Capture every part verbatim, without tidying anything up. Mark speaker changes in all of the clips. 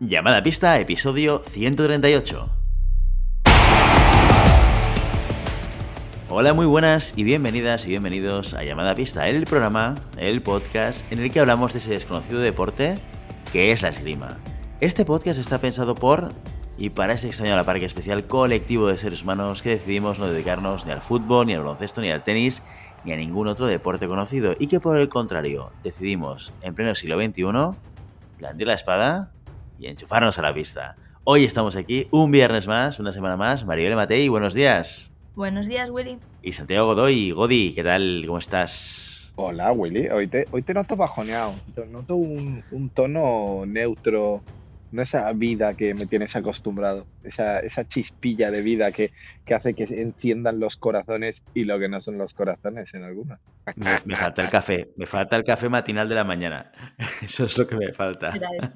Speaker 1: Llamada a pista, episodio ciento treinta y ocho. Hola, muy buenas y bienvenidas y bienvenidos a Llamada a pista, el programa, el podcast en el que hablamos de ese desconocido deporte que es la esgrima. Este podcast está pensado por y para ese extraño a la par que especial colectivo de seres humanos que decidimos no dedicarnos ni al fútbol, ni al baloncesto, ni al tenis, ni a ningún otro deporte conocido y que por el contrario decidimos en pleno siglo veintiuno blandir la espada y enchufarnos a la pista. Hoy estamos aquí un viernes más, una semana más. Maribel Matei, buenos días.
Speaker 2: Buenos días, Willy.
Speaker 1: Y Santiago Godoy. Godi, ¿qué tal? ¿Cómo estás?
Speaker 3: Hola, Willy. Hoy te, hoy te noto bajoneado. Te noto un, un tono neutro. No esa vida que me tienes acostumbrado. Esa, esa chispilla de vida que, que hace que enciendan los corazones y lo que no son los corazones en algunos.
Speaker 1: Me, me falta el café. Me falta el café matinal de la mañana. Eso es lo que me falta.
Speaker 2: Será eso.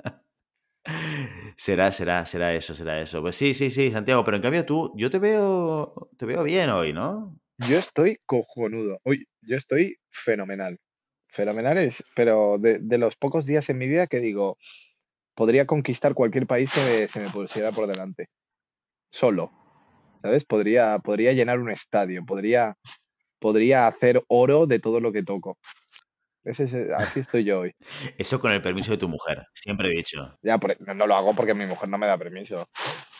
Speaker 1: será, será, será eso, será eso. Pues sí, sí, sí, Santiago. Pero en cambio tú, yo te veo, te veo bien hoy, ¿no?
Speaker 3: Yo estoy cojonudo. Hoy, yo estoy fenomenal. Fenomenal es, pero de, de los pocos días en mi vida que digo, podría conquistar cualquier país que me- se me pusiera por delante. Solo, ¿sabes? Podría, podría llenar un estadio, podría, podría hacer oro de todo lo que toco. Ese es- así estoy yo hoy.
Speaker 1: Eso con el permiso de tu mujer, siempre he dicho.
Speaker 3: Ya, por- no, no lo hago porque mi mujer no me da permiso,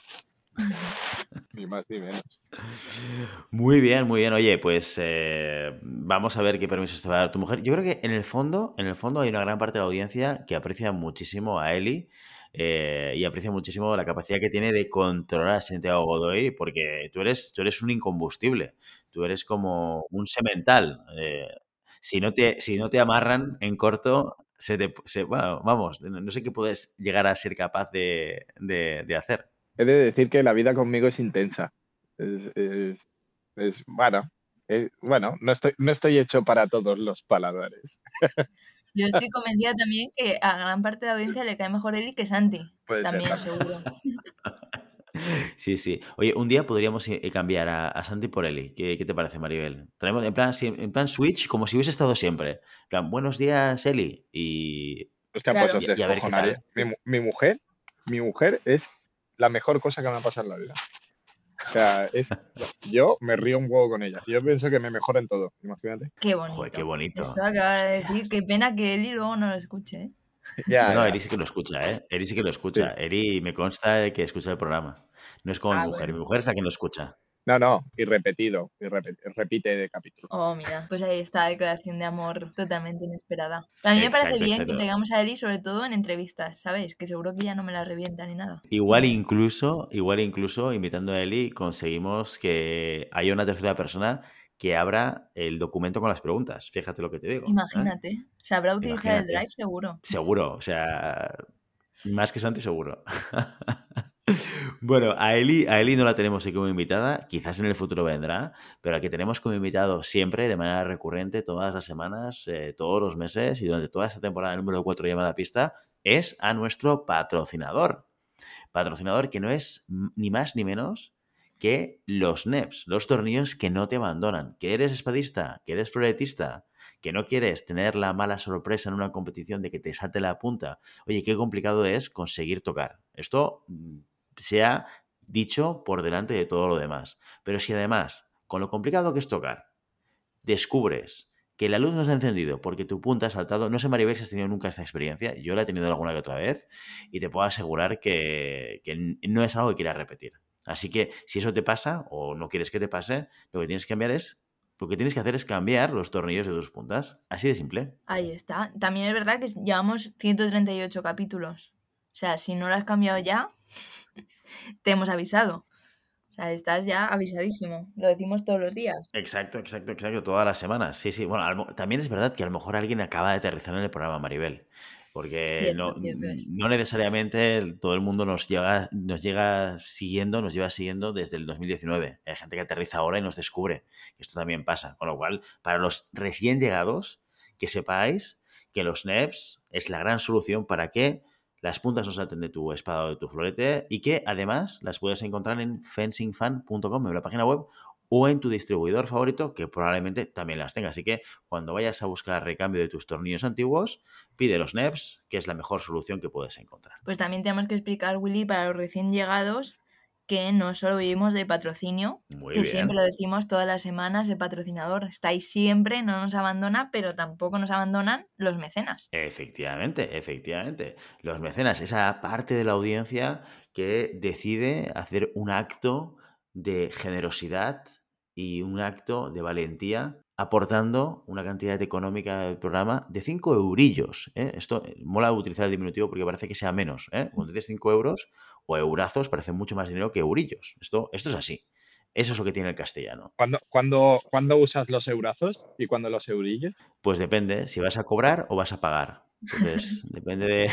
Speaker 3: ni más ni menos.
Speaker 1: Muy bien, muy bien. Oye, pues eh, vamos a ver qué permisos te va a dar tu mujer. Yo creo que en el fondo, en el fondo hay una gran parte de la audiencia que aprecia muchísimo a Eli eh, y aprecia muchísimo la capacidad que tiene de controlar a Santiago Godoy, porque tú eres, tú eres un incombustible, tú eres como un semental. eh, si no te, si no te amarran en corto, se te, se- bueno, vamos, no sé qué puedes llegar a ser capaz de, de- de hacer.
Speaker 3: He de decir que la vida conmigo es intensa. Es, es, es- bueno, es- bueno, no estoy, no estoy hecho para todos los paladares.
Speaker 2: Yo estoy convencida también que a gran parte de la audiencia le cae mejor Eli que Santi.
Speaker 3: Puede ser
Speaker 2: También,
Speaker 3: también.
Speaker 2: seguro.
Speaker 1: Sí, sí. Oye, un día podríamos eh, cambiar a, a Santi por Eli. ¿Qué, qué te parece, Maribel? Traemos en plan, sí, en plan Switch, como si hubiese estado siempre. En plan, buenos días, Eli. Y,
Speaker 3: Hostia, pues
Speaker 2: Claro.
Speaker 3: os
Speaker 1: y, y a ver qué
Speaker 3: descojonaría.
Speaker 1: tal.
Speaker 3: Mi, mu- mi mujer, mi mujer es la mejor cosa que me ha pasado en la vida. O sea, es, yo me río un huevo con ella. Yo pienso que me mejora en todo, imagínate.
Speaker 2: Qué
Speaker 1: Joder, qué
Speaker 2: bonito. Eso
Speaker 1: bonito.
Speaker 2: acaba de
Speaker 1: Hostia.
Speaker 2: decir. Qué pena que Eli luego no lo escuche, ¿eh?
Speaker 1: No,
Speaker 3: Ya,
Speaker 1: no,
Speaker 3: ya,
Speaker 1: Eri sí que lo escucha, ¿eh? Eri sí que lo
Speaker 3: sí.
Speaker 1: escucha. Eri me consta de que escucha el programa. No es como mi
Speaker 2: Ah,
Speaker 1: mujer. Mi
Speaker 2: bueno.
Speaker 1: mujer es la que no escucha.
Speaker 3: No, no, y repetido, y repite, repite de capítulo.
Speaker 2: Oh, mira. Pues ahí está, declaración de amor totalmente inesperada. A mí me parece
Speaker 1: Exacto,
Speaker 2: bien que
Speaker 1: exacto.
Speaker 2: traigamos a Eli, sobre todo en entrevistas, ¿sabes? Que seguro que ya no me la revienta ni nada.
Speaker 1: Igual incluso, igual incluso, invitando a Eli, conseguimos que haya una tercera persona que abra el documento con las preguntas. Fíjate lo que te digo. ¿eh?
Speaker 2: Imagínate. Sabrá utilizar el
Speaker 1: Imagínate.
Speaker 2: Drive, seguro.
Speaker 1: Seguro, o sea, más que Santi, seguro. Bueno, a Eli, a Eli no la tenemos aquí como invitada, quizás en el futuro vendrá, pero a que tenemos como invitado siempre, de manera recurrente, todas las semanas, eh, todos los meses y durante toda esta temporada número cuatro de Llamada a Pista, es a nuestro patrocinador. Patrocinador que no es m- ni más ni menos que los N E Ps, los tornillos que no te abandonan. Que eres espadista, que eres floretista, que no quieres tener la mala sorpresa en una competición de que te salte la punta. Oye, qué complicado es conseguir tocar. Esto mm, se ha dicho por delante de todo lo demás. Pero si además, con lo complicado que es tocar, descubres que la luz no se ha encendido porque tu punta ha saltado, no sé, Maribel, si has tenido nunca esta experiencia, yo la he tenido alguna que otra vez y te puedo asegurar que, que no es algo que quieras repetir. Así que si eso te pasa o no quieres que te pase, lo que tienes que cambiar es, lo que tienes que hacer es cambiar los tornillos de tus puntas. Así de simple.
Speaker 2: Ahí está. También es verdad que llevamos ciento treinta y ocho capítulos. O sea, si no lo has cambiado ya, te hemos avisado. O sea, estás ya avisadísimo. Lo decimos todos los días.
Speaker 1: Exacto, exacto, exacto, todas las semanas. Sí, sí. Bueno, a lo mo- también es verdad que a lo mejor alguien acaba de aterrizar en el programa, Maribel. Porque
Speaker 2: Cierto,
Speaker 1: no,
Speaker 2: cierto es.
Speaker 1: no necesariamente el- todo el mundo nos llega, nos llega siguiendo, nos lleva siguiendo desde el dos mil diecinueve. Hay gente que aterriza ahora y nos descubre. Esto también pasa. Con lo cual, para los recién llegados, que sepáis que los N E Ps es la gran solución para que las puntas no salten de tu espada o de tu florete y que además las puedes encontrar en fencing fan punto com, en la página web, o en tu distribuidor favorito, que probablemente también las tenga. Así que cuando vayas a buscar recambio de tus tornillos antiguos, pide los N E Ps, que es la mejor solución que puedes encontrar.
Speaker 2: Pues también tenemos que explicar, Willy, para los recién llegados, que no solo vivimos del patrocinio,
Speaker 1: Muy
Speaker 2: que
Speaker 1: bien.
Speaker 2: siempre lo decimos todas las semanas, el patrocinador está ahí siempre, no nos abandona, pero tampoco nos abandonan los mecenas.
Speaker 1: Efectivamente, efectivamente. Los mecenas, esa parte de la audiencia que decide hacer un acto de generosidad y un acto de valentía aportando una cantidad económica del programa de cinco eurillos. ¿eh? Esto eh, mola utilizar el diminutivo porque parece que sea menos. ¿eh? Cuando dices cinco euros o eurazos parece mucho más dinero que eurillos. Esto, esto es así. Eso es lo que tiene el castellano.
Speaker 3: ¿Cuándo, cuándo, ¿cuándo usas los eurazos y cuándo los eurillos?
Speaker 1: Pues depende, si vas a cobrar o vas a pagar. Entonces, depende de,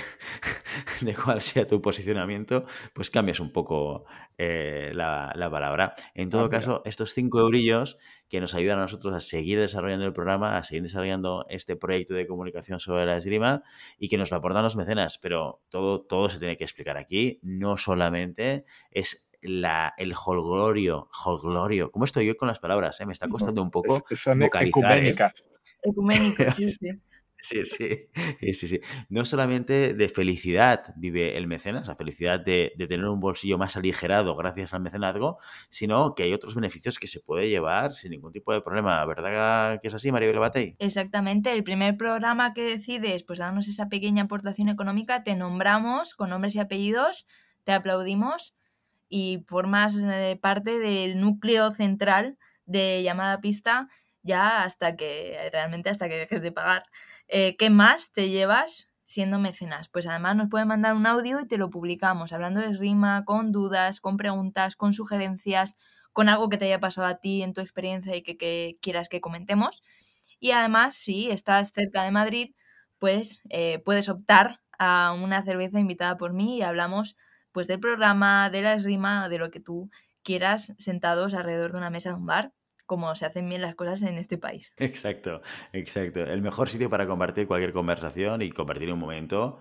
Speaker 1: de cuál sea tu posicionamiento, pues cambias un poco eh, la, la palabra. En todo
Speaker 3: Ah, mira.
Speaker 1: caso, estos cinco eurillos que nos ayudan a nosotros a seguir desarrollando el programa, a seguir desarrollando este proyecto de comunicación sobre la esgrima y que nos lo aportan los mecenas, pero todo, todo se tiene que explicar aquí, no solamente es la, el holgorio, holgorio, ¿cómo estoy yo con las palabras? Eh? Me está costando un poco
Speaker 3: Es- son
Speaker 1: vocalizar, ¿eh?
Speaker 3: ecuménicas.
Speaker 2: Ecuménico, sí, sí.
Speaker 1: Sí, sí, sí, sí, sí. No solamente de felicidad vive el mecenas, la felicidad de, de tener un bolsillo más aligerado gracias al mecenazgo, sino que hay otros beneficios que se puede llevar sin ningún tipo de problema. ¿Verdad que es así, Maribel Batey?
Speaker 2: Exactamente, el primer programa que decides, pues darnos esa pequeña aportación económica, te nombramos con nombres y apellidos, te aplaudimos y formas eh, parte del núcleo central de Llamada a Pista ya hasta que, realmente hasta que dejes de pagar. Eh, ¿Qué más te llevas siendo mecenas? Pues además nos pueden mandar un audio y te lo publicamos, hablando de esgrima, con dudas, con preguntas, con sugerencias, con algo que te haya pasado a ti en tu experiencia y que, que quieras que comentemos. Y además, si estás cerca de Madrid, pues eh, puedes optar a una cerveza invitada por mí y hablamos pues del programa, de la esgrima, de lo que tú quieras, sentados alrededor de una mesa de un bar, como se hacen bien las cosas en este país.
Speaker 1: Exacto, exacto. El mejor sitio para compartir cualquier conversación y compartir un momento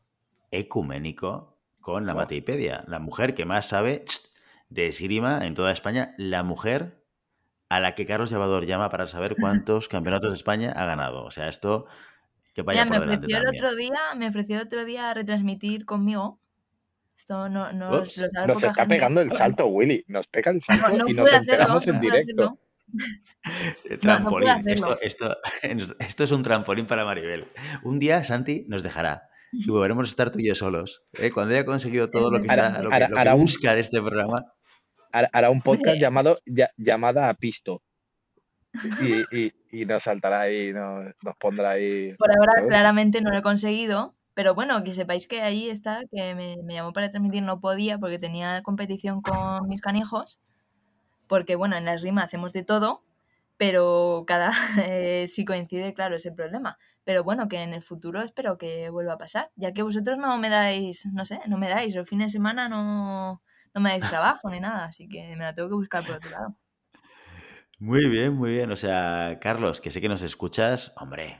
Speaker 1: ecuménico con la
Speaker 3: Oh.
Speaker 1: Mateipedia, la mujer que más sabe de esgrima en toda España, la mujer a la que Carlos Llevador llama para saber cuántos campeonatos de España ha ganado. O sea, esto que vaya
Speaker 2: Mira,
Speaker 1: por
Speaker 2: me
Speaker 1: delante
Speaker 2: ofreció el
Speaker 1: también.
Speaker 2: otro día, me ofreció el otro día retransmitir conmigo. Esto no, no
Speaker 1: Ups.
Speaker 2: lo sabe
Speaker 3: Nos
Speaker 2: poca
Speaker 3: está
Speaker 2: gente.
Speaker 3: pegando el salto, Willy. Nos pega el salto
Speaker 2: No, no
Speaker 3: y nos
Speaker 2: pude hacerlo,
Speaker 3: enteramos
Speaker 2: no
Speaker 3: en
Speaker 2: pude
Speaker 3: directo.
Speaker 2: hacerlo.
Speaker 1: El
Speaker 2: No, no pude
Speaker 1: trampolín.
Speaker 2: hacerlo.
Speaker 1: esto, esto, esto es un trampolín para Maribel. Un día Santi nos dejará y volveremos a estar tú y yo solos. ¿eh? Cuando haya conseguido todo lo que,
Speaker 3: Hará,
Speaker 1: está, lo que,
Speaker 3: hará-
Speaker 1: lo que
Speaker 3: hará un,
Speaker 1: busca de este programa.
Speaker 3: hará- hará un podcast llamado ya- Llamada a Pisto. Y, y- y nos saltará ahí, nos, nos pondrá ahí.
Speaker 2: Por ahora
Speaker 3: ¿sabes?
Speaker 2: claramente no lo he conseguido, pero bueno, que sepáis que ahí está, que me, me llamó para transmitir, no podía porque tenía competición con mis canijos, porque bueno, en la esgrima hacemos de todo, pero cada eh, si coincide, claro, es el problema. Pero bueno, que en el futuro espero que vuelva a pasar, ya que vosotros no me dais, no sé, no me dais, los fines de semana no, no me dais trabajo ni nada, así que me la tengo que buscar por otro lado.
Speaker 1: Muy bien, muy bien. O sea, Carlos, que sé que nos escuchas, hombre,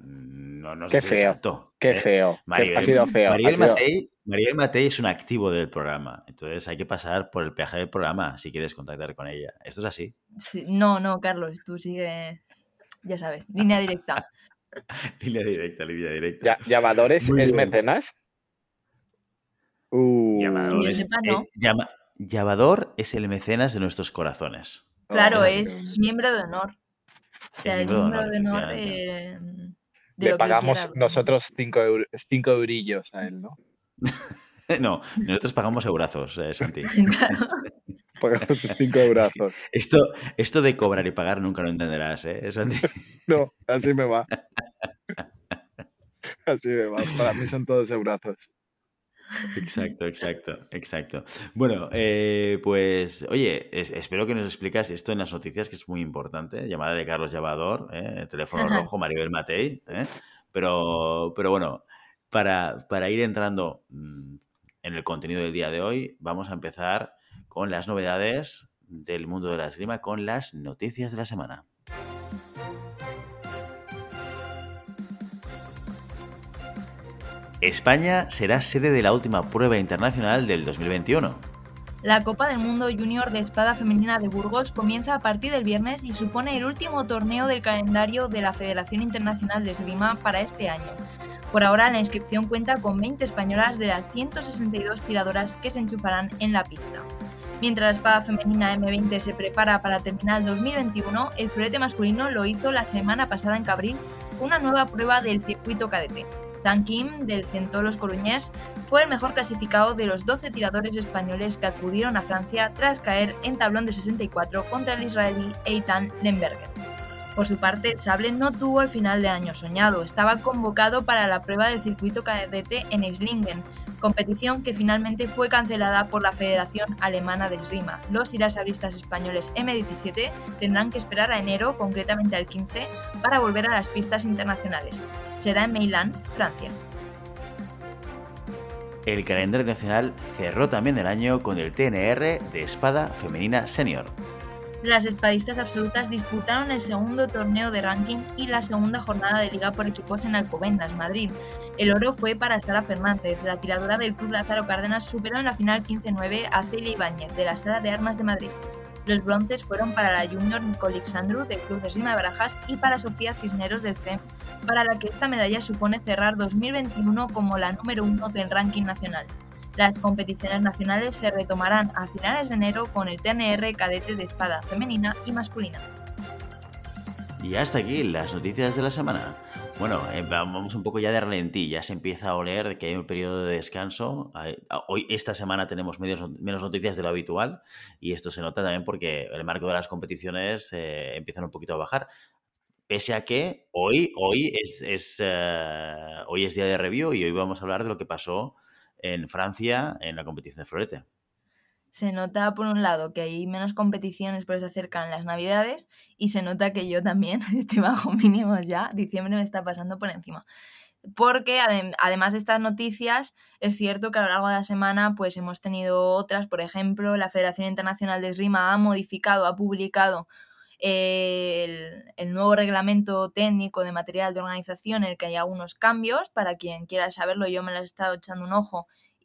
Speaker 1: no nos
Speaker 3: Qué
Speaker 1: des el
Speaker 3: feo,
Speaker 1: salto.
Speaker 3: qué
Speaker 1: ¿eh?
Speaker 3: feo. que ha
Speaker 1: Maribel,
Speaker 3: sido feo. ha
Speaker 1: Maribel
Speaker 3: sido-
Speaker 1: Matei, Maribel Matei es un activo del programa, entonces hay que pasar por el peaje del programa si quieres contactar con ella. Esto es así.
Speaker 2: Sí, no, no, Carlos, tú sigue, ya sabes, línea directa.
Speaker 1: Línea directa, línea directa.
Speaker 3: Ya- ¿Llamadores
Speaker 1: Muy
Speaker 3: es
Speaker 1: bien.
Speaker 3: mecenas? Uh,
Speaker 1: Llamador
Speaker 2: Que yo
Speaker 1: es,
Speaker 2: sepa,
Speaker 1: eh,
Speaker 2: no.
Speaker 1: llama- Llavador es el mecenas de nuestros corazones.
Speaker 3: oh,
Speaker 2: Claro,
Speaker 1: es así.
Speaker 2: es miembro de honor. O sea,
Speaker 1: Es
Speaker 2: es
Speaker 1: miembro de
Speaker 2: miembro
Speaker 1: honor,
Speaker 2: de honor
Speaker 1: efectivamente.
Speaker 2: de, de
Speaker 3: Le
Speaker 2: lo que él
Speaker 3: pagamos
Speaker 2: quiera.
Speaker 3: nosotros cinco, eur- cinco eurillos a él, ¿no?
Speaker 1: No, nosotros pagamos eurazos, eh, Santi.
Speaker 2: Claro.
Speaker 3: Pagamos cinco
Speaker 1: Es que
Speaker 3: eurazos.
Speaker 1: esto, esto de cobrar y pagar nunca lo entenderás, ¿eh, Santi?
Speaker 3: No, así me va. Así me va. Para mí son todos eurazos.
Speaker 1: Exacto, exacto, exacto. Bueno, eh, pues, oye, es- espero que nos explicas esto en las noticias, que es muy importante. Llamada de Carlos Llavador, ¿eh? Teléfono rojo, Maribel Matei, ¿eh? Pero, pero bueno, para, para ir entrando mm, en el contenido del día de hoy, vamos a empezar con las novedades del mundo de la esgrima, con las noticias de la semana. España será sede de la última prueba internacional del dos mil veintiuno.
Speaker 2: La Copa del Mundo Junior de Espada Femenina de Burgos comienza a partir del viernes y supone el último torneo del calendario de la Federación Internacional de Esgrima para este año. Por ahora, la inscripción cuenta con veinte españolas de las ciento sesenta y dos tiradoras que se enchufarán en la pista. Mientras la espada femenina eme veinte se prepara para terminar el dos mil veintiuno, el florete masculino lo hizo la semana pasada en Cabrils con una nueva prueba del circuito cadete. San Kim, del Centolos coruñés, fue el mejor clasificado de los doce tiradores españoles que acudieron a Francia tras caer en tablón de sesenta y cuatro contra el israelí Eitan Lemberger. Por su parte, el sable no tuvo el final de año soñado, estaba convocado para la prueba del circuito cadete en Eislingen, competición que finalmente fue cancelada por la Federación Alemana de Esgrima. Los y las sablistas españoles eme diecisiete tendrán que esperar a enero, concretamente al quince, para volver a las pistas internacionales. Será en Meilán, Francia.
Speaker 1: El calendario nacional cerró también el año con el te ene erre de espada femenina senior.
Speaker 2: Las espadistas absolutas disputaron el segundo torneo de ranking y la segunda jornada de liga por equipos en Alcobendas, Madrid. El oro fue para Sara Fernández. La tiradora del Club Lázaro Cárdenas superó en la final quince nueve a Celia Ibáñez, de la Sala de Armas de Madrid. Los bronces fueron para la junior Nicole Alexandru, del Club de Esgrima de Barajas, y para Sofía Cisneros, del ce e eme, para la que esta medalla supone cerrar dos mil veintiuno como la número uno del ranking nacional. Las competiciones nacionales se retomarán a finales de enero con el te ene erre cadete de espada femenina y masculina.
Speaker 1: Y hasta aquí las noticias de la semana. Bueno, eh, vamos un poco ya de ralentí, ya se empieza a oler que hay un periodo de descanso. Hoy, esta semana tenemos medios, menos noticias de lo habitual y esto se nota también porque el marco de las competiciones eh, empiezan un poquito a bajar. Pese a que hoy, hoy, es, es, uh, hoy es día de review y hoy vamos a hablar de lo que pasó en Francia en la competición de florete.
Speaker 2: Se nota, por un lado, que hay menos competiciones porque se acercan las Navidades y se nota que yo también estoy bajo mínimos ya. Diciembre me está pasando por encima. Porque adem- además de estas noticias, es cierto que a lo largo de la semana pues hemos tenido otras. Por ejemplo, la Federación Internacional de Esgrima ha modificado, ha publicado eh, el, el nuevo reglamento técnico de material de organización en el que hay algunos cambios. Para quien quiera saberlo, yo me lo he estado echando un ojo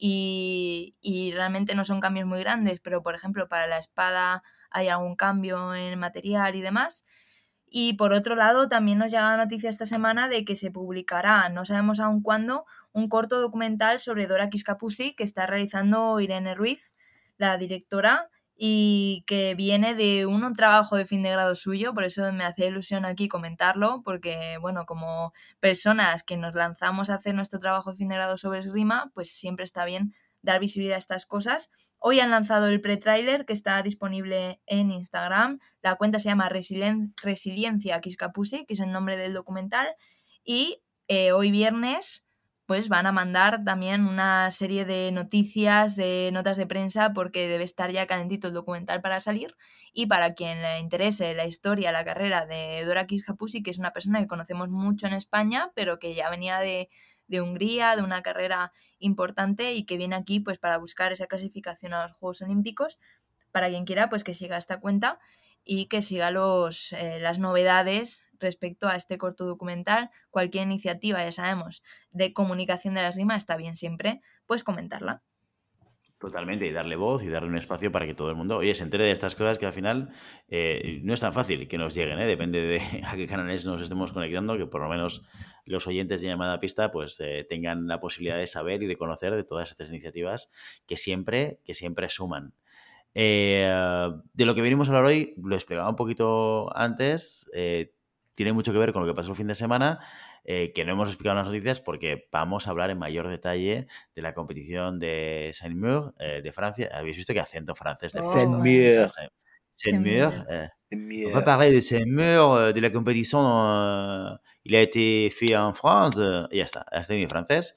Speaker 2: y, y realmente no son cambios muy grandes, pero por ejemplo para la espada hay algún cambio en el material y demás. Y por otro lado, también nos llega la noticia esta semana de que se publicará, no sabemos aún cuándo, un corto documental sobre Dora Kiskapusi que está realizando Irene Ruiz, la directora, y que viene de un, un trabajo de fin de grado suyo, por eso me hace ilusión aquí comentarlo, porque bueno, como personas que nos lanzamos a hacer nuestro trabajo de fin de grado sobre esgrima, pues siempre está bien dar visibilidad a estas cosas. Hoy han lanzado el pre-trailer que está disponible en Instagram. La cuenta se llama Resilien- Resiliencia Kiskapusi, que es el nombre del documental. Y eh, hoy viernes pues van a mandar también una serie de noticias, de notas de prensa, porque debe estar ya calentito el documental para salir. Y para quien le interese la historia, la carrera de Dora Kiskapusi, que es una persona que conocemos mucho en España, pero que ya venía de, de Hungría, de una carrera importante y que viene aquí pues para buscar esa clasificación a los Juegos Olímpicos. Para quien quiera, pues que siga esta cuenta y que siga los, eh, las novedades respecto a este corto documental. Cualquier iniciativa, ya sabemos, de comunicación de la esgrima está bien siempre, pues comentarla.
Speaker 1: Totalmente, y darle voz y darle un espacio para que todo el mundo, oye, se entere de estas cosas que al final eh, no es tan fácil que nos lleguen, ¿eh? Depende de a qué canales nos estemos conectando, que por lo menos los oyentes de Llamada a Pista pues eh, tengan la posibilidad de saber y de conocer de todas estas iniciativas que siempre, que siempre suman. Eh, de lo que venimos a hablar hoy, lo explicaba un poquito antes, eh, tiene mucho que ver con lo que pasó el fin de semana, eh, que no hemos explicado en las noticias porque vamos a hablar en mayor detalle de la competición de Saint-Mur eh, de Francia. Habéis visto qué acento francés le he puesto.
Speaker 3: Saint-Mur.
Speaker 1: Saint-Mur. Eh, on va
Speaker 3: Saint-Mur.
Speaker 1: parler de Saint-Mur, de la competition. Euh, il a été fait en France. Euh, y ya está, este es mi francés.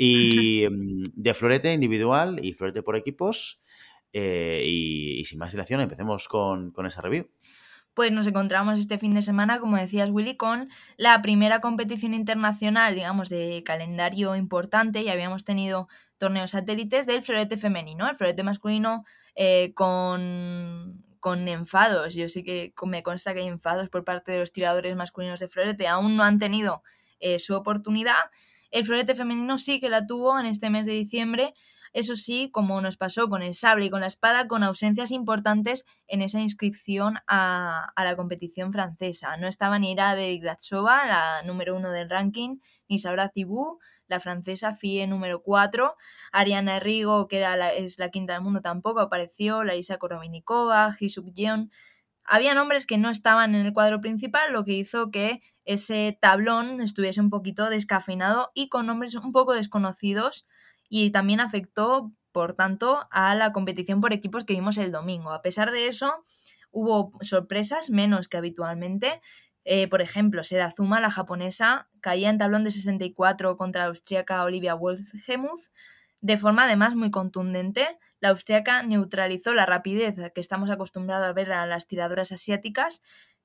Speaker 1: Y mm, de florete individual y florete por equipos. Eh, y, y sin más dilación, empecemos con, con esa review.
Speaker 2: Pues nos encontramos este fin de semana, como decías Willy, con la primera competición internacional, digamos, de calendario importante. Ya habíamos tenido torneos satélites del florete femenino. El florete masculino eh, con, con enfados. Yo sí que me consta que hay enfados por parte de los tiradores masculinos de florete. Aún no han tenido eh, su oportunidad. El florete femenino sí que la tuvo en este mes de diciembre. eso sí, como nos pasó con el sable y con la espada, con ausencias importantes en esa inscripción a, a la competición francesa. No estaba ni Ira Derikdatsova, la número uno del ranking, ni Sabra Thibault, la francesa F I E número cuatro, Ariana Rigo, que era la, es la quinta del mundo, tampoco apareció, Larisa Korominikova, Hee-suk Jeon. Había nombres que no estaban en el cuadro principal, lo que hizo que ese tablón estuviese un poquito descafeinado y con nombres un poco desconocidos, y también afectó, por tanto, a la competición por equipos que vimos el domingo. A pesar de eso, hubo sorpresas, menos que habitualmente. Eh, por ejemplo, Serazuma, la japonesa, caía en tablón de sesenta y cuatro contra la austríaca Olivia Wolfgemuth, de forma además muy contundente. La austríaca neutralizó la rapidez que estamos acostumbrados a ver a las tiradoras asiáticas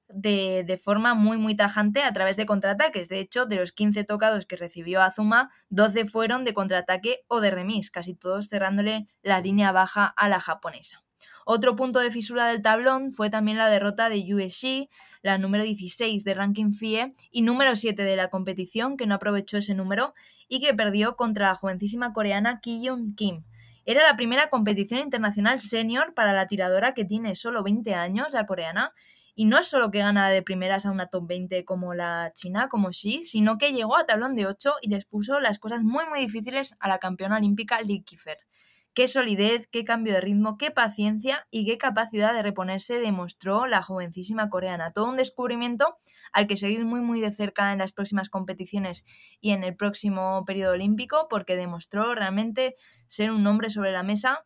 Speaker 2: de, de forma muy muy tajante a través de contraataques. De hecho, de los quince tocados que recibió Azuma, doce fueron de contraataque o de remis, casi todos cerrándole la línea baja a la japonesa. Otro punto de fisura del tablón fue también la derrota de Yue Shi, la número dieciséis de ranking F I E y número siete de la competición, que no aprovechó ese número y que perdió contra la jovencísima coreana Ki-Yoon Kim. Era la primera competición internacional senior para la tiradora, que tiene solo veinte años, la coreana, y no es solo que gana de primeras a una top veinte como la china, como Shi, sino que llegó a tablón de ocho y les puso las cosas muy muy difíciles a la campeona olímpica Lee Kiefer. Qué solidez, qué cambio de ritmo, qué paciencia y qué capacidad de reponerse demostró la jovencísima coreana. Todo un descubrimiento al que seguir muy muy de cerca en las próximas competiciones y en el próximo periodo olímpico, porque demostró realmente ser un nombre sobre la mesa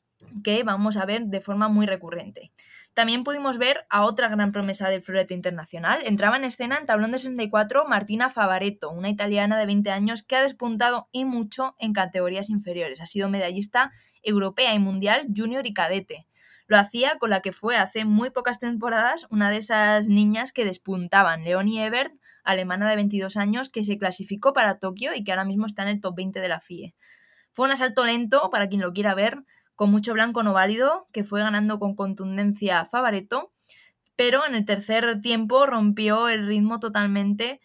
Speaker 2: que vamos a ver de forma muy recurrente. También pudimos ver a otra gran promesa del florete internacional. Entraba en escena en tablón de sesenta y cuatro Martina Favaretto, una italiana de veinte años que ha despuntado y mucho en categorías inferiores. Ha sido medallista europea y mundial junior y cadete. Lo hacía con la que fue hace muy pocas temporadas una de esas niñas que despuntaban, Leonie Ebert, alemana de veintidós años, que se clasificó para Tokio y que ahora mismo está en el top veinte de la F I E. Fue un asalto lento, para quien lo quiera ver, con mucho blanco no válido, que fue ganando con contundencia Favaretto, pero en el tercer tiempo rompió el ritmo totalmente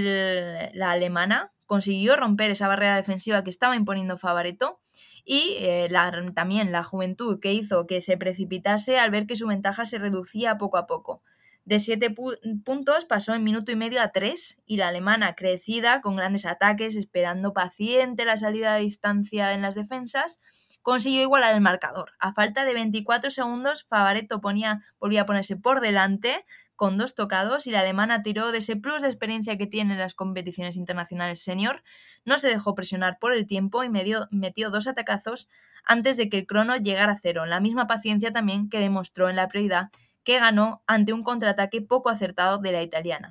Speaker 2: el, la alemana, consiguió romper esa barrera defensiva que estaba imponiendo Favaretto y eh, la, también la juventud que hizo que se precipitase al ver que su ventaja se reducía poco a poco. De siete pu- puntos pasó en minuto y medio a tres y la alemana, crecida, con grandes ataques, esperando paciente la salida de distancia en las defensas, consiguió igualar el marcador. A falta de veinticuatro segundos, Favaretto ponía, volvía a ponerse por delante con dos tocados y la alemana tiró de ese plus de experiencia que tiene en las competiciones internacionales senior, no se dejó presionar por el tiempo y metió, metió dos atacazos antes de que el crono llegara a cero. La misma paciencia también que demostró en la prioridad, que ganó ante un contraataque poco acertado de la italiana.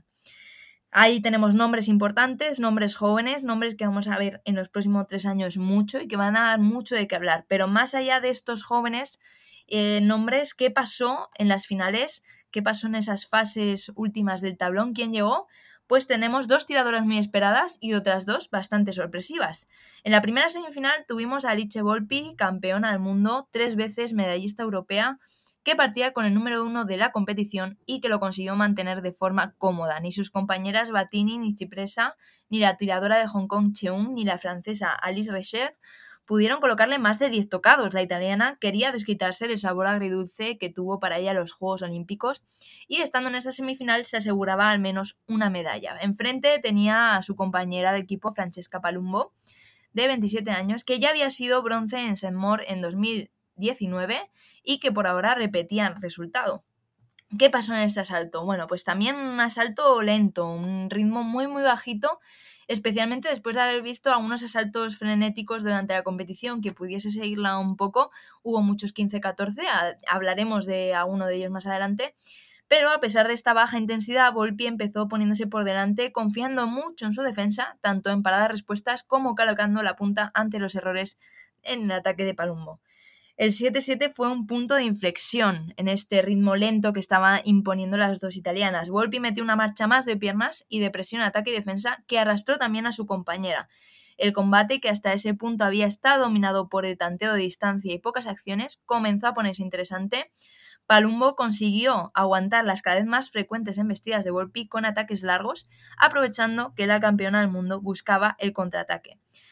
Speaker 2: Ahí tenemos nombres importantes, nombres jóvenes, nombres que vamos a ver en los próximos tres años mucho y que van a dar mucho de qué hablar. Pero más allá de estos jóvenes eh, nombres, ¿qué pasó en las finales? ¿Qué pasó en esas fases últimas del tablón? ¿Quién llegó? Pues tenemos dos tiradoras muy esperadas y otras dos bastante sorpresivas. En la primera semifinal tuvimos a Alice Volpi, campeona del mundo, tres veces medallista europea, que partía con el número uno de la competición y que lo consiguió mantener de forma cómoda. Ni sus compañeras Battini ni Cipressa, ni la tiradora de Hong Kong Cheung, ni la francesa Alice Recher pudieron colocarle más de diez tocados. La italiana quería desquitarse del sabor agridulce que tuvo para ella los Juegos Olímpicos y estando en esa semifinal se aseguraba al menos una medalla. Enfrente tenía a su compañera de equipo Francesca Palumbo, de veintisiete años, que ya había sido bronce en Saint Maur en dos mil diecinueve y que por ahora repetía el resultado. ¿Qué pasó en este asalto? Bueno, pues también un asalto lento, un ritmo muy muy bajito, especialmente después de haber visto algunos asaltos frenéticos durante la competición que pudiese seguirla un poco. Hubo muchos quince catorce, hablaremos de alguno de ellos más adelante, pero a pesar de esta baja intensidad, Volpi empezó poniéndose por delante, confiando mucho en su defensa, tanto en paradas respuestas como colocando la punta ante los errores en el ataque de Palumbo. El siete siete fue un punto de inflexión en este ritmo lento que estaba imponiendo las dos italianas. Volpi metió una marcha más de piernas y de presión, ataque y defensa que arrastró también a su compañera. El combate, que hasta ese punto había estado dominado por el tanteo de distancia y pocas acciones, comenzó a ponerse interesante. Palumbo consiguió aguantar las cada vez más frecuentes embestidas de Volpi con ataques largos, aprovechando que la campeona del mundo buscaba el contraataque.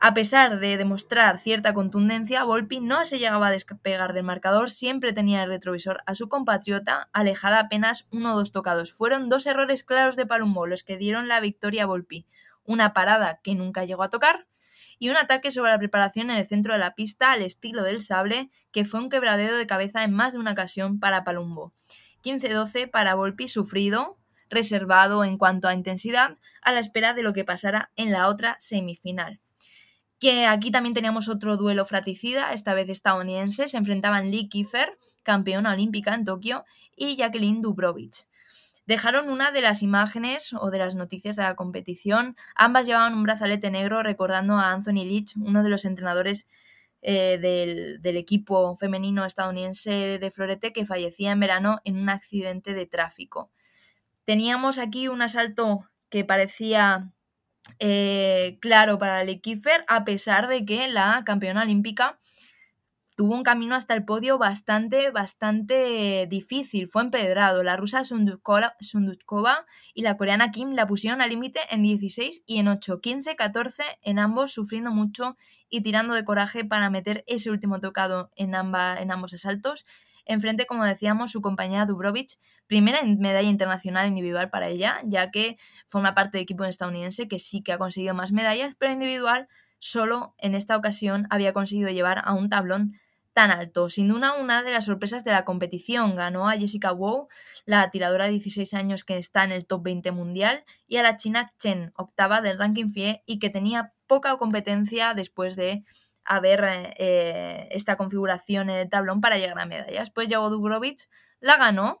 Speaker 2: A pesar de demostrar cierta contundencia, Volpi no se llegaba a despegar del marcador, siempre tenía el retrovisor a su compatriota, alejada apenas uno o dos tocados. Fueron dos errores claros de Palumbo los que dieron la victoria a Volpi. Una parada que nunca llegó a tocar y un ataque sobre la preparación en el centro de la pista al estilo del sable, que fue un quebradero de cabeza en más de una ocasión para Palumbo. quince doce para Volpi, sufrido, reservado en cuanto a intensidad, a la espera de lo que pasara en la otra semifinal. Que aquí también teníamos otro duelo fratricida, esta vez estadounidense, se enfrentaban Lee Kiefer, campeona olímpica en Tokio, y Jacqueline Dubrovich. Dejaron una de las imágenes o de las noticias de la competición, ambas llevaban un brazalete negro recordando a Anthony Leach, uno de los entrenadores eh, del, del equipo femenino estadounidense de florete que fallecía en verano en un accidente de tráfico. Teníamos aquí un asalto que parecía... Eh, claro para Lee Kiefer, a pesar de que la campeona olímpica tuvo un camino hasta el podio bastante, bastante difícil, fue empedrado. La rusa Sundukova y la coreana Kim la pusieron al límite en dieciséis y en ocho, quince catorce en ambos, sufriendo mucho y tirando de coraje para meter ese último tocado en, amba, en ambos asaltos. Enfrente, como decíamos, su compañera Dubrovich, primera en medalla internacional individual para ella, ya que forma parte del equipo estadounidense que sí que ha conseguido más medallas, pero individual solo en esta ocasión había conseguido llevar a un tablón tan alto. Sin duda, una de las sorpresas de la competición. Ganó a Jessica Wu, la tiradora de dieciséis años que está en el top veinte mundial, y a la china Chen, octava del ranking F I E y que tenía poca competencia después de a ver eh, esta configuración en el tablón para llegar a medallas. Pues llegó Dubrovich, la ganó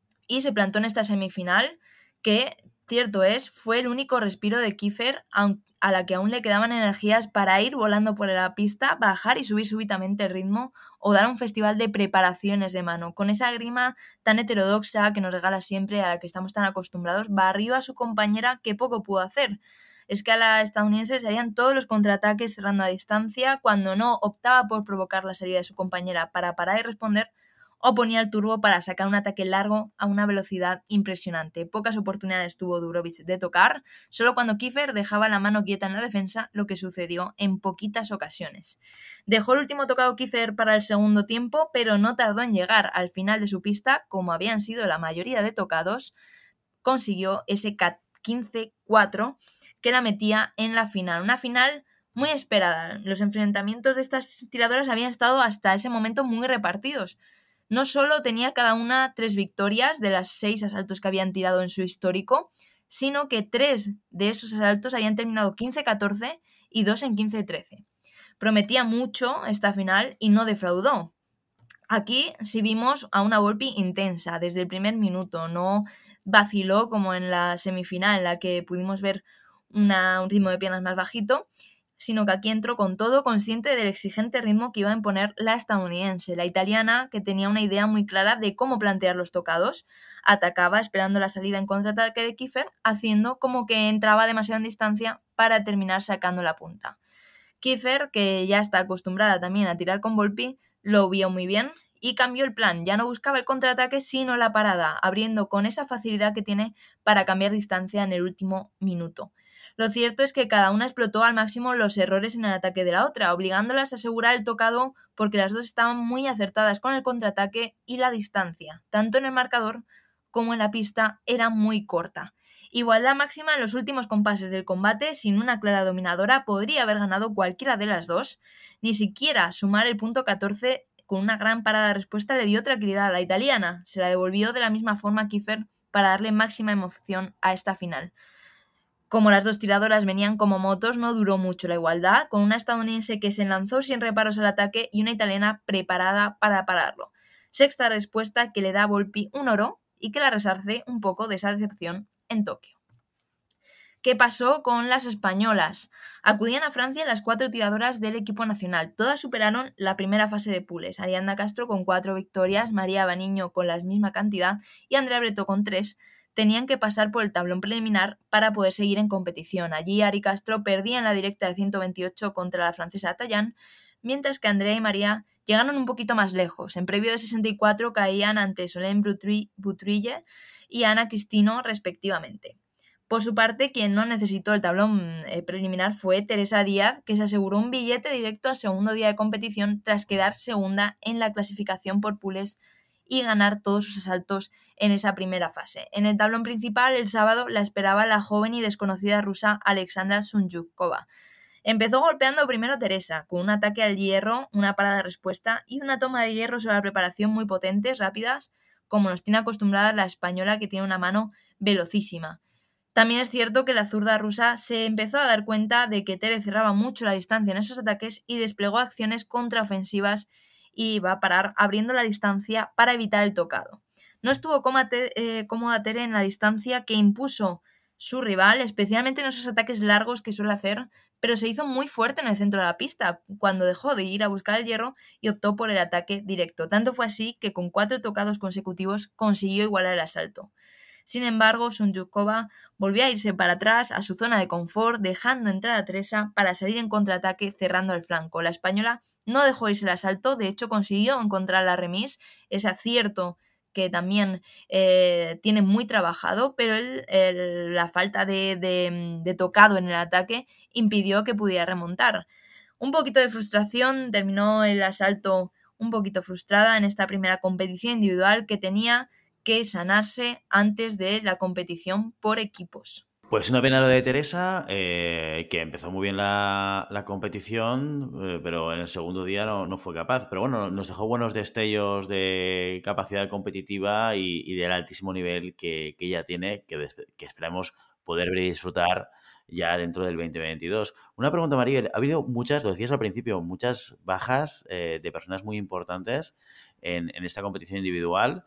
Speaker 2: y se plantó en esta semifinal que, cierto es, fue el único respiro de Kiefer a la que aún le quedaban energías para ir volando por la pista, bajar y subir súbitamente el ritmo o dar un festival de preparaciones de mano. Con esa grima tan heterodoxa que nos regala siempre, a la que estamos tan acostumbrados, barrió a su compañera que poco pudo hacer. Es que a la estadounidense salían todos los contraataques cerrando a distancia, cuando no optaba por provocar la salida de su compañera para parar y responder, o ponía el turbo para sacar un ataque largo a una velocidad impresionante. Pocas oportunidades tuvo Dubrovich de tocar, solo cuando Kiefer dejaba la mano quieta en la defensa, lo que sucedió en poquitas ocasiones. Dejó el último tocado Kiefer para el segundo tiempo, pero no tardó en llegar al final de su pista, como habían sido la mayoría de tocados, consiguió ese quince cuatro que la metía en la final. Una final muy esperada. Los enfrentamientos de estas tiradoras habían estado hasta ese momento muy repartidos. No solo tenía cada una tres victorias de las seis asaltos que habían tirado en su histórico, sino que tres de esos asaltos habían terminado quince catorce y dos en quince trece. Prometía mucho esta final y no defraudó. Aquí sí vimos a una Volpi intensa desde el primer minuto, no vaciló como en la semifinal en la que pudimos ver una, un ritmo de piernas más bajito, sino que aquí entró con todo, consciente del exigente ritmo que iba a imponer la estadounidense. La italiana, que tenía una idea muy clara de cómo plantear los tocados, atacaba esperando la salida en contraataque de Kiefer, haciendo como que entraba demasiado en distancia para terminar sacando la punta. Kiefer, que ya está acostumbrada también a tirar con Volpi, lo vio muy bien y cambió el plan. Ya no buscaba el contraataque, sino la parada, abriendo con esa facilidad que tiene para cambiar distancia en el último minuto. Lo cierto es que cada una explotó al máximo los errores en el ataque de la otra, obligándolas a asegurar el tocado porque las dos estaban muy acertadas con el contraataque y la distancia, tanto en el marcador como en la pista, era muy corta. Igualdad máxima en los últimos compases del combate, sin una clara dominadora podría haber ganado cualquiera de las dos. Ni siquiera sumar el punto catorce con una gran parada de respuesta le dio tranquilidad a la italiana. Se la devolvió de la misma forma a Kiefer para darle máxima emoción a esta final. Como las dos tiradoras venían como motos, no duró mucho la igualdad, con una estadounidense que se lanzó sin reparos al ataque y una italiana preparada para pararlo. Sexta respuesta que le da a Volpi un oro y que la resarce un poco de esa decepción en Tokio. ¿Qué pasó con las españolas? Acudían a Francia las cuatro tiradoras del equipo nacional. Todas superaron la primera fase de Pules. Ariadna Castro con cuatro victorias, María Baniño con la misma cantidad y Andrea Bretó con tres. Tenían que pasar por el tablón preliminar para poder seguir en competición. Allí Ari Castro perdía en la directa de ciento veintiocho contra la francesa Taillán, mientras que Andrea y María llegaron un poquito más lejos. En previo de sesenta y cuatro caían ante Solène Boutrille y Ana Cristino respectivamente. Por su parte, quien no necesitó el tablón eh, preliminar fue Teresa Díaz, que se aseguró un billete directo al segundo día de competición tras quedar segunda en la clasificación por pools y ganar todos sus asaltos en esa primera fase. En el tablón principal, el sábado, la esperaba la joven y desconocida rusa Alexandra Sunjukova. Empezó golpeando primero a Teresa, con un ataque al hierro, una parada de respuesta y una toma de hierro sobre la preparación muy potentes, rápidas, como nos tiene acostumbrada la española, que tiene una mano velocísima. También es cierto que la zurda rusa se empezó a dar cuenta de que Tere cerraba mucho la distancia en esos ataques y desplegó acciones contraofensivas y iba a parar abriendo la distancia para evitar el tocado. No estuvo cómoda Tere en la distancia que impuso su rival, especialmente en esos ataques largos que suele hacer, pero se hizo muy fuerte en el centro de la pista cuando dejó de ir a buscar el hierro y optó por el ataque directo. Tanto fue así que con cuatro tocados consecutivos consiguió igualar el asalto. Sin embargo, Sunjukova volvió a irse para atrás a su zona de confort, dejando entrar a Teresa para salir en contraataque cerrando el flanco. La española no dejó irse el asalto, de hecho consiguió encontrar la remise, ese acierto que también eh, tiene muy trabajado, pero el, el, la falta de, de, de tocado en el ataque impidió que pudiera remontar. Un poquito de frustración, terminó el asalto un poquito frustrada en esta primera competición individual que tenía que sanarse antes de la competición por equipos.
Speaker 1: Pues una pena lo de Teresa, eh, que empezó muy bien la, la competición, eh, pero en el segundo día no, no fue capaz. Pero bueno, nos dejó buenos destellos de capacidad competitiva y, y del altísimo nivel que, que ella tiene, que, des, que esperamos poder ver y disfrutar ya dentro del veinte veintidós. Una pregunta, Mariel. Ha habido muchas, lo decías al principio, muchas bajas eh, de personas muy importantes en, en esta competición individual.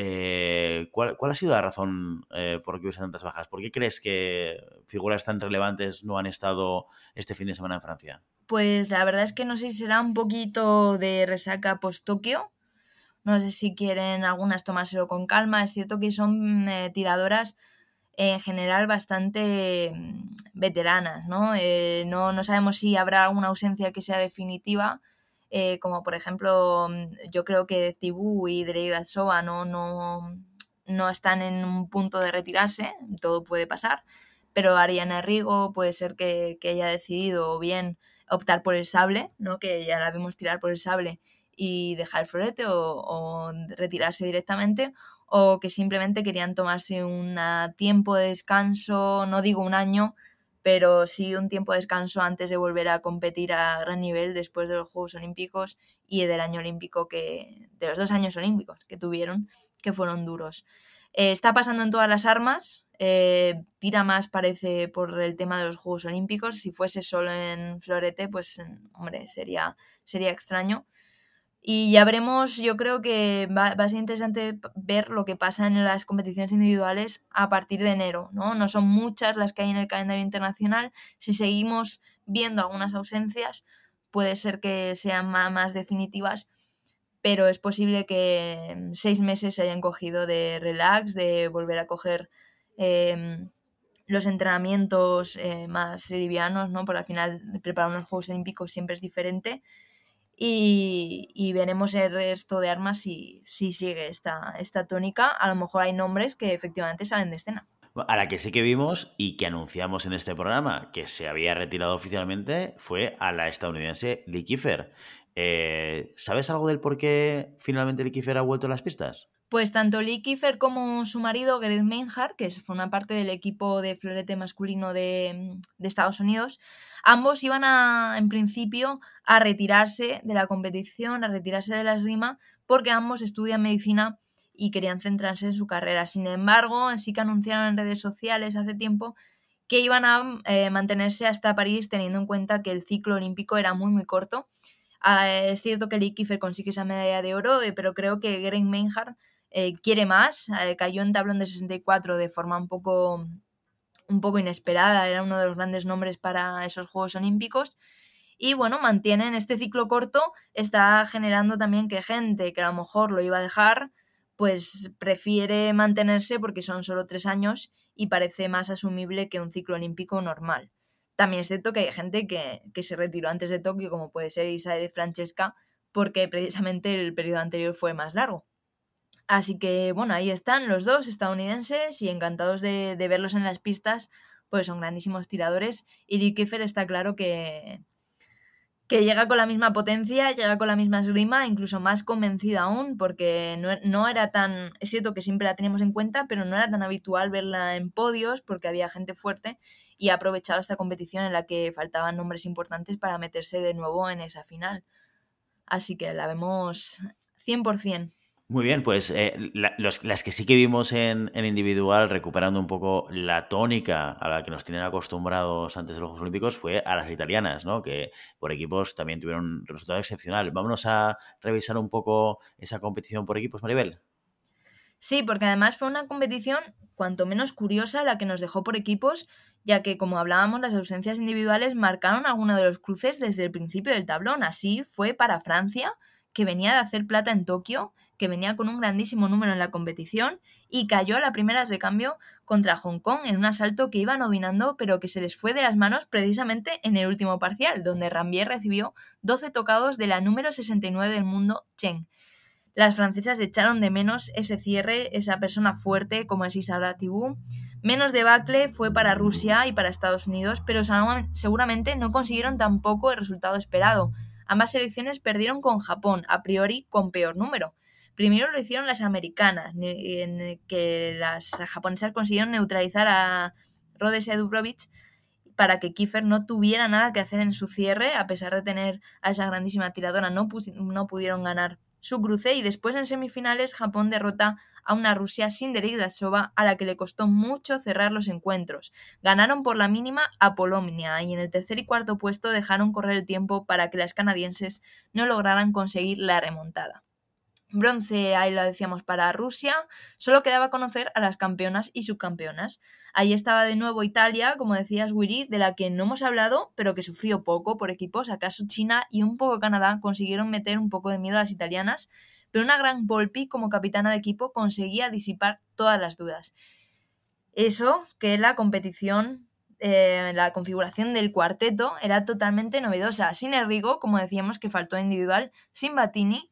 Speaker 1: Eh, ¿cuál, ¿Cuál ha sido la razón eh, por qué hubo tantas bajas? ¿Por qué crees que figuras tan relevantes no han estado este fin de semana en Francia?
Speaker 2: Pues la verdad es que no sé si será un poquito de resaca post-Tokio. No sé si quieren algunas tomárselo con calma. Es cierto que son eh, tiradoras en general bastante veteranas, ¿no? Eh, no, no sabemos si habrá alguna ausencia que sea definitiva. Eh, como por ejemplo, yo creo que Thibaut y Dreygasova no, no, no están en un punto de retirarse, todo puede pasar, pero Ariana Rigo puede ser que, que haya decidido o bien optar por el sable, ¿no? Que ya la vimos tirar por el sable y dejar el florete o, o retirarse directamente, o que simplemente querían tomarse un tiempo de descanso, no digo un año, pero sí un tiempo de descanso antes de volver a competir a gran nivel después de los Juegos Olímpicos y del año olímpico que, de los dos años olímpicos que tuvieron, que fueron duros. Eh, está pasando en todas las armas, eh, tira más parece por el tema de los Juegos Olímpicos. Si fuese solo en florete, pues hombre, sería, sería extraño. Y ya veremos, yo creo que va, va a ser interesante ver lo que pasa en las competiciones individuales a partir de enero, ¿no? No son muchas las que hay en el calendario internacional. Si seguimos viendo algunas ausencias, puede ser que sean más, más definitivas, pero es posible que seis meses se hayan cogido de relax, de volver a coger eh, los entrenamientos eh, más livianos, ¿no? Porque al final preparar unos Juegos Olímpicos siempre es diferente. Y, y veremos el resto de armas si, si sigue esta, esta tónica. A lo mejor hay nombres que efectivamente salen de escena.
Speaker 1: A la que sí que vimos y que anunciamos en este programa que se había retirado oficialmente fue a la estadounidense Lee Kiefer. Eh, ¿Sabes algo del por qué finalmente Lee Kiefer ha vuelto a las pistas?
Speaker 2: Pues tanto Lee Kiefer como su marido Greg Meinhardt, que forma parte del equipo de florete masculino de, de Estados Unidos, ambos iban a, en principio a retirarse de la competición, a retirarse de la esgrima, porque ambos estudian medicina y querían centrarse en su carrera. Sin embargo, sí que anunciaron en redes sociales hace tiempo que iban a eh, mantenerse hasta París, teniendo en cuenta que el ciclo olímpico era muy muy corto. Uh, es cierto que Lee Kiefer consigue esa medalla de oro, eh, pero creo que Greg Meinhardt Eh, quiere más, eh, cayó en tablón de sesenta y cuatro de forma un poco, un poco inesperada, era uno de los grandes nombres para esos Juegos Olímpicos y bueno, mantienen este ciclo corto, está generando también que gente que a lo mejor lo iba a dejar, pues prefiere mantenerse porque son solo tres años y parece más asumible que un ciclo olímpico normal. También es cierto que hay gente que, que se retiró antes de Tokio, como puede ser Isabel Francesca, porque precisamente el periodo anterior fue más largo. Así que, bueno, ahí están los dos estadounidenses y encantados de, de verlos en las pistas, pues son grandísimos tiradores. Y Lee Kiefer está claro que, que llega con la misma potencia, llega con la misma esgrima, incluso más convencida aún, porque no, no era tan... Es cierto que siempre la teníamos en cuenta, pero no era tan habitual verla en podios, porque había gente fuerte, y ha aprovechado esta competición en la que faltaban nombres importantes para meterse de nuevo en esa final. Así que la vemos cien por ciento.
Speaker 1: Muy bien, pues eh, la, los, las que sí que vimos en, en individual, recuperando un poco la tónica a la que nos tienen acostumbrados antes de los Juegos Olímpicos, fue a las italianas, ¿no? Que por equipos también tuvieron un resultado excepcional. Vámonos a revisar un poco esa competición por equipos, Maribel.
Speaker 2: Sí, porque además fue una competición cuanto menos curiosa la que nos dejó por equipos, ya que, como hablábamos, las ausencias individuales marcaron alguno de los cruces desde el principio del tablón. Así fue para Francia, que venía de hacer plata en Tokio, que venía con un grandísimo número en la competición y cayó a las primeras de cambio contra Hong Kong en un asalto que iban dominando, pero que se les fue de las manos precisamente en el último parcial, donde Rambier recibió doce tocados de la número sesenta y nueve del mundo, Chen. Las francesas echaron de menos ese cierre, esa persona fuerte como es Isabelle Thibault. Menos debacle fue para Rusia y para Estados Unidos, pero seguramente no consiguieron tampoco el resultado esperado. Ambas selecciones perdieron con Japón, a priori con peor número. Primero lo hicieron las americanas, en que las japonesas consiguieron neutralizar a Rhodes Dubrovich para que Kiefer no tuviera nada que hacer en su cierre, a pesar de tener a esa grandísima tiradora, no, pu- no pudieron ganar su cruce, y después en semifinales Japón derrota a una Rusia sin Derivdasova, a la que le costó mucho cerrar los encuentros. Ganaron por la mínima a Polonia y en el tercer y cuarto puesto dejaron correr el tiempo para que las canadienses no lograran conseguir la remontada. Bronce, ahí lo decíamos, para Rusia. Solo quedaba conocer a las campeonas y subcampeonas. Ahí estaba de nuevo Italia, como decías, Willy, de la que no hemos hablado, pero que sufrió poco por equipos. Acaso China y un poco Canadá consiguieron meter un poco de miedo a las italianas, pero una gran Volpi como capitana de equipo conseguía disipar todas las dudas. Eso que la competición, eh, la configuración del cuarteto era totalmente novedosa. Sin Errigo, como decíamos, que faltó individual, sin Battini,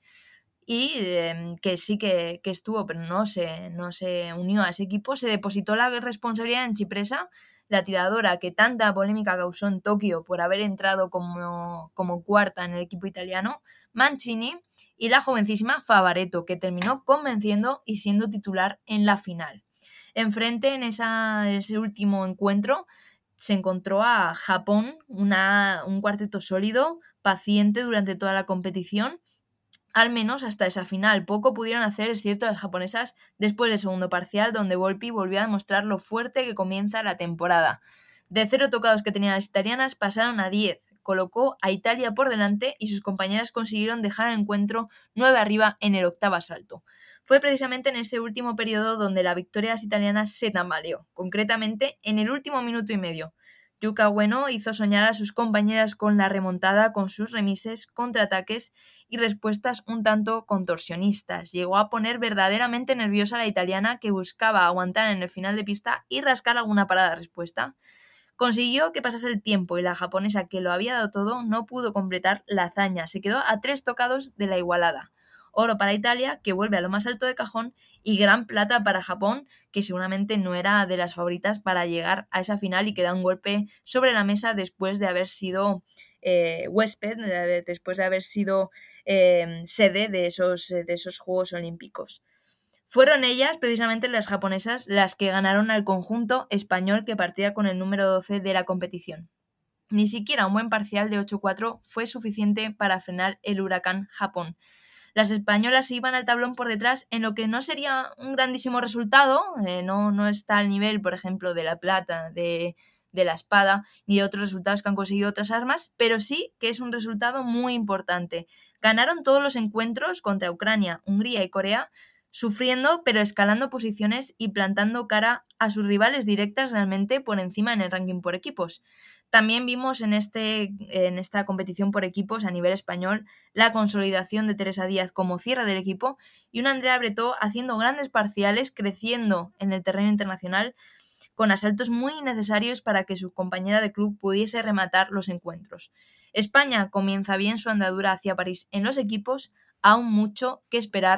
Speaker 2: y eh, que sí que, que estuvo, pero no se, no se unió a ese equipo. Se depositó la responsabilidad en Cipresa, la tiradora que tanta polémica causó en Tokio por haber entrado como, como cuarta en el equipo italiano, Mancini, y la jovencísima Favaretto, que terminó convenciendo y siendo titular en la final. Enfrente, en esa, ese último encuentro, se encontró a Japón, una, un cuarteto sólido, paciente durante toda la competición, al menos hasta esa final. Poco pudieron hacer, es cierto, las japonesas después del segundo parcial, donde Volpi volvió a demostrar lo fuerte que comienza la temporada. De cero tocados que tenían las italianas pasaron a diez. Colocó a Italia por delante y sus compañeras consiguieron dejar el encuentro nueve arriba en el octavo asalto. Fue precisamente en este último periodo donde la victoria de las italianas se tambaleó, concretamente en el último minuto y medio. Yuka Ueno hizo soñar a sus compañeras con la remontada, con sus remises, contraataques y respuestas un tanto contorsionistas. Llegó a poner verdaderamente nerviosa a la italiana, que buscaba aguantar en el final de pista y rascar alguna parada de respuesta. Consiguió que pasase el tiempo y la japonesa, que lo había dado todo, no pudo completar la hazaña. Se quedó a tres tocados de la igualada. Oro para Italia, que vuelve a lo más alto de cajón, y gran plata para Japón, que seguramente no era de las favoritas para llegar a esa final y que da un golpe sobre la mesa después de haber sido eh, huésped, de, después de haber sido eh, sede de esos, de esos Juegos Olímpicos. Fueron ellas, precisamente las japonesas, las que ganaron al conjunto español, que partía con el número doce de la competición. Ni siquiera un buen parcial de ocho cuatro fue suficiente para frenar el huracán Japón. Las españolas iban al tablón por detrás en lo que no sería un grandísimo resultado, eh, no, no está al nivel, por ejemplo, de la plata, de, de la espada, ni de otros resultados que han conseguido otras armas, pero sí que es un resultado muy importante. Ganaron todos los encuentros contra Ucrania, Hungría y Corea, sufriendo pero escalando posiciones y plantando cara a sus rivales directas realmente por encima en el ranking por equipos. También vimos en, este, en esta competición por equipos a nivel español la consolidación de Teresa Díaz como cierre del equipo y una Andrea Bretó haciendo grandes parciales, creciendo en el terreno internacional con asaltos muy necesarios para que su compañera de club pudiese rematar los encuentros. España comienza bien su andadura hacia París en los equipos, aún mucho que esperar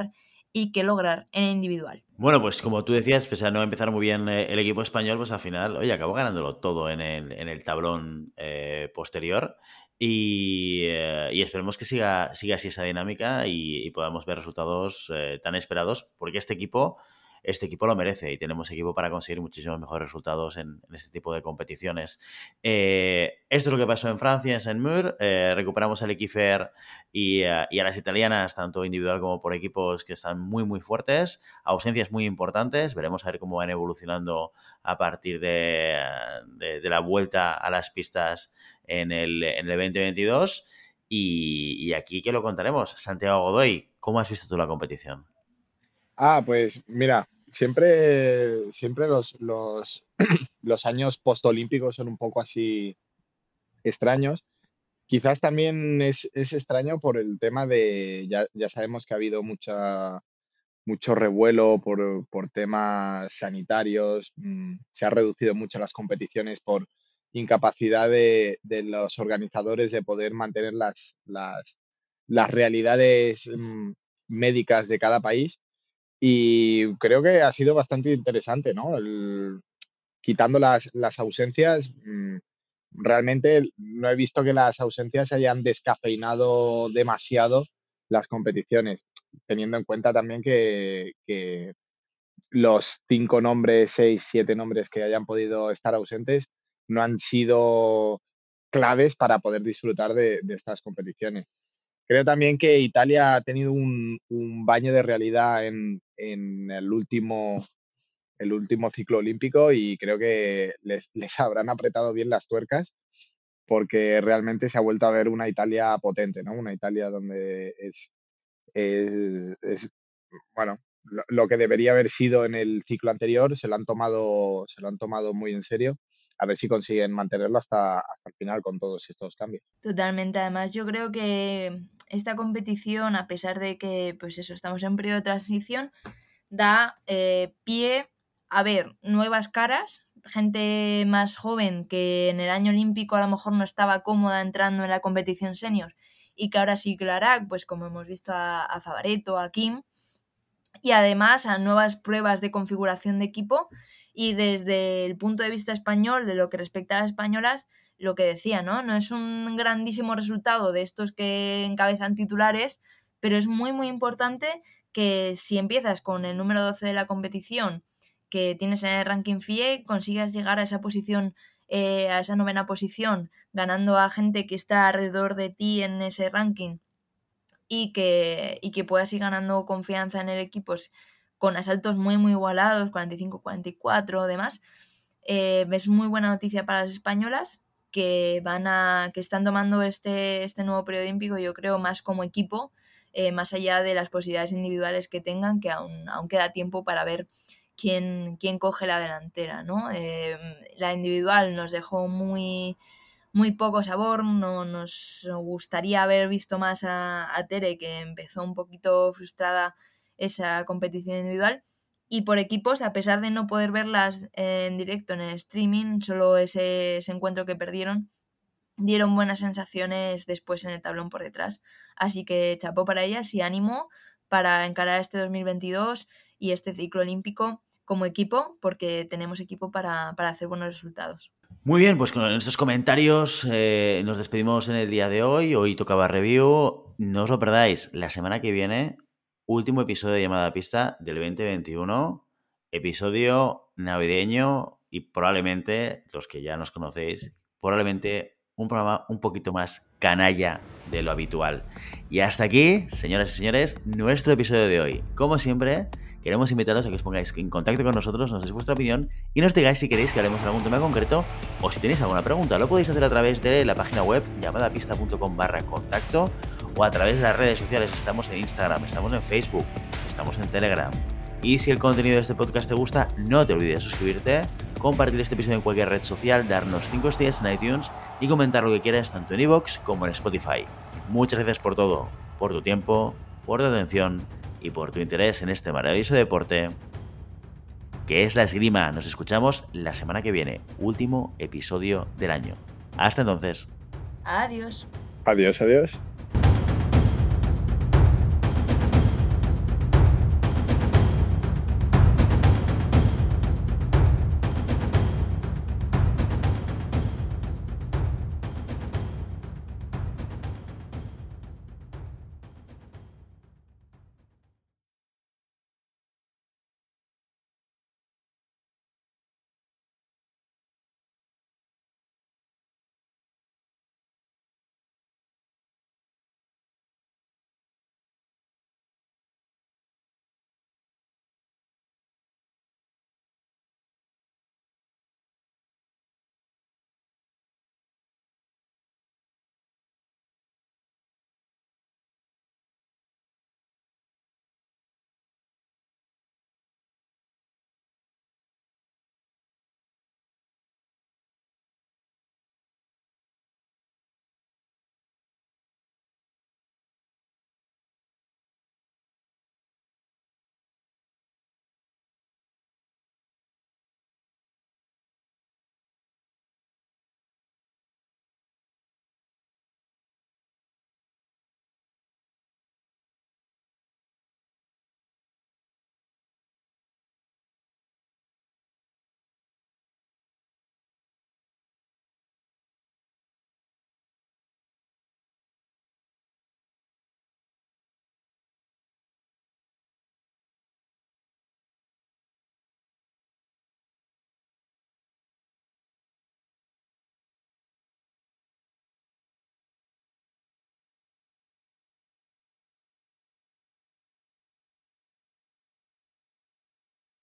Speaker 2: y qué lograr en el individual.
Speaker 1: Bueno, pues como tú decías, pese a no empezar muy bien eh, el equipo español, pues al final, oye, acabó ganándolo todo en el, en el tablón eh, posterior. Y, eh, y esperemos que siga, siga así esa dinámica y, y podamos ver resultados eh, tan esperados, porque este equipo, este equipo lo merece y tenemos equipo para conseguir muchísimos mejores resultados en, en este tipo de competiciones. Eh, esto es lo que pasó en Francia, en Saint-Mur. Eh, recuperamos al Equifer y, uh, y a las italianas, tanto individual como por equipos, que están muy, muy fuertes. Ausencias muy importantes. Veremos a ver cómo van evolucionando a partir de, de, de la vuelta a las pistas en el, en el veinte veintidós. Y, y aquí que lo contaremos. Santiago Godoy, ¿cómo has visto tú la competición?
Speaker 3: Ah, pues mira, siempre, siempre los, los, los años postolímpicos son un poco así extraños. Quizás también es, es extraño por el tema de, ya, ya sabemos que ha habido mucha, mucho revuelo por, por temas sanitarios, mm, se ha reducido mucho las competiciones por incapacidad de, de los organizadores de poder mantener las, las, las realidades mm, médicas de cada país. Y creo que ha sido bastante interesante, ¿no? El- quitando las, las ausencias, mm, realmente no he visto que las ausencias hayan descafeinado demasiado las competiciones, teniendo en cuenta también que, que los cinco nombres, seis, siete nombres que hayan podido estar ausentes no han sido claves para poder disfrutar de, de estas competiciones. Creo también que Italia ha tenido un, un baño de realidad en, en el último, el último ciclo olímpico y creo que les, les habrán apretado bien las tuercas porque realmente se ha vuelto a ver una Italia potente, ¿no? Una Italia donde es, es, es, bueno, lo, lo que debería haber sido en el ciclo anterior se lo han tomado, se lo han tomado muy en serio. A ver si consiguen mantenerlo hasta, hasta el final con todos estos cambios.
Speaker 2: Totalmente, además yo creo que esta competición, a pesar de que, pues eso, estamos en un periodo de transición, da eh, pie a ver nuevas caras, gente más joven que en el año olímpico a lo mejor no estaba cómoda entrando en la competición senior y que ahora sí que lo hará, pues como hemos visto a, a Favaretto, a Kim, y además a nuevas pruebas de configuración de equipo. Y desde el punto de vista español, de lo que respecta a las españolas, lo que decía, ¿no? No es un grandísimo resultado de estos que encabezan titulares, pero es muy, muy importante que si empiezas con el número doce de la competición que tienes en el ranking F I E, consigas llegar a esa posición, eh, a esa novena posición, ganando a gente que está alrededor de ti en ese ranking y que, y que puedas ir ganando confianza en el equipo con asaltos muy, muy igualados, cuarenta y cinco cuarenta y cuatro, demás. Eh, es muy buena noticia para las españolas que van a que están tomando este, este nuevo periodo olímpico, yo creo, más como equipo, eh, más allá de las posibilidades individuales que tengan, que aún, aún queda tiempo para ver quién, quién coge la delantera, ¿no? Eh, la individual nos dejó muy, muy poco sabor, no nos gustaría haber visto más a, a Tere, que empezó un poquito frustrada esa competición individual. Y por equipos, a pesar de no poder verlas en directo en el streaming, solo ese, ese encuentro que perdieron, dieron buenas sensaciones después en el tablón por detrás. Así que chapó para ellas y ánimo para encarar este dos mil veintidós y este ciclo olímpico como equipo, porque tenemos equipo para, para hacer buenos resultados.
Speaker 1: Muy bien, pues con estos comentarios eh, nos despedimos en el día de hoy. Hoy tocaba review. No os lo perdáis. La semana que viene, último episodio de Llamada a Pista del veinte veintiuno. Episodio navideño y probablemente, los que ya nos conocéis, probablemente un programa un poquito más canalla de lo habitual. Y hasta aquí, señoras y señores, nuestro episodio de hoy. Como siempre, queremos invitaros a que os pongáis en contacto con nosotros, nos deis vuestra opinión y nos digáis si queréis que hablemos de algún tema concreto o si tenéis alguna pregunta. Lo podéis hacer a través de la página web llamadapista.com barra contacto o a través de las redes sociales. Estamos en Instagram, estamos en Facebook, estamos en Telegram. Y si el contenido de este podcast te gusta, no te olvides de suscribirte, compartir este episodio en cualquier red social, darnos cinco estrellas en iTunes y comentar lo que quieras tanto en iVoox como en Spotify. Muchas gracias por todo, por tu tiempo, por tu atención y por tu interés en este maravilloso deporte que es la esgrima. Nos escuchamos la semana que viene, último episodio del año. Hasta entonces.
Speaker 2: Adiós.
Speaker 3: Adiós, adiós.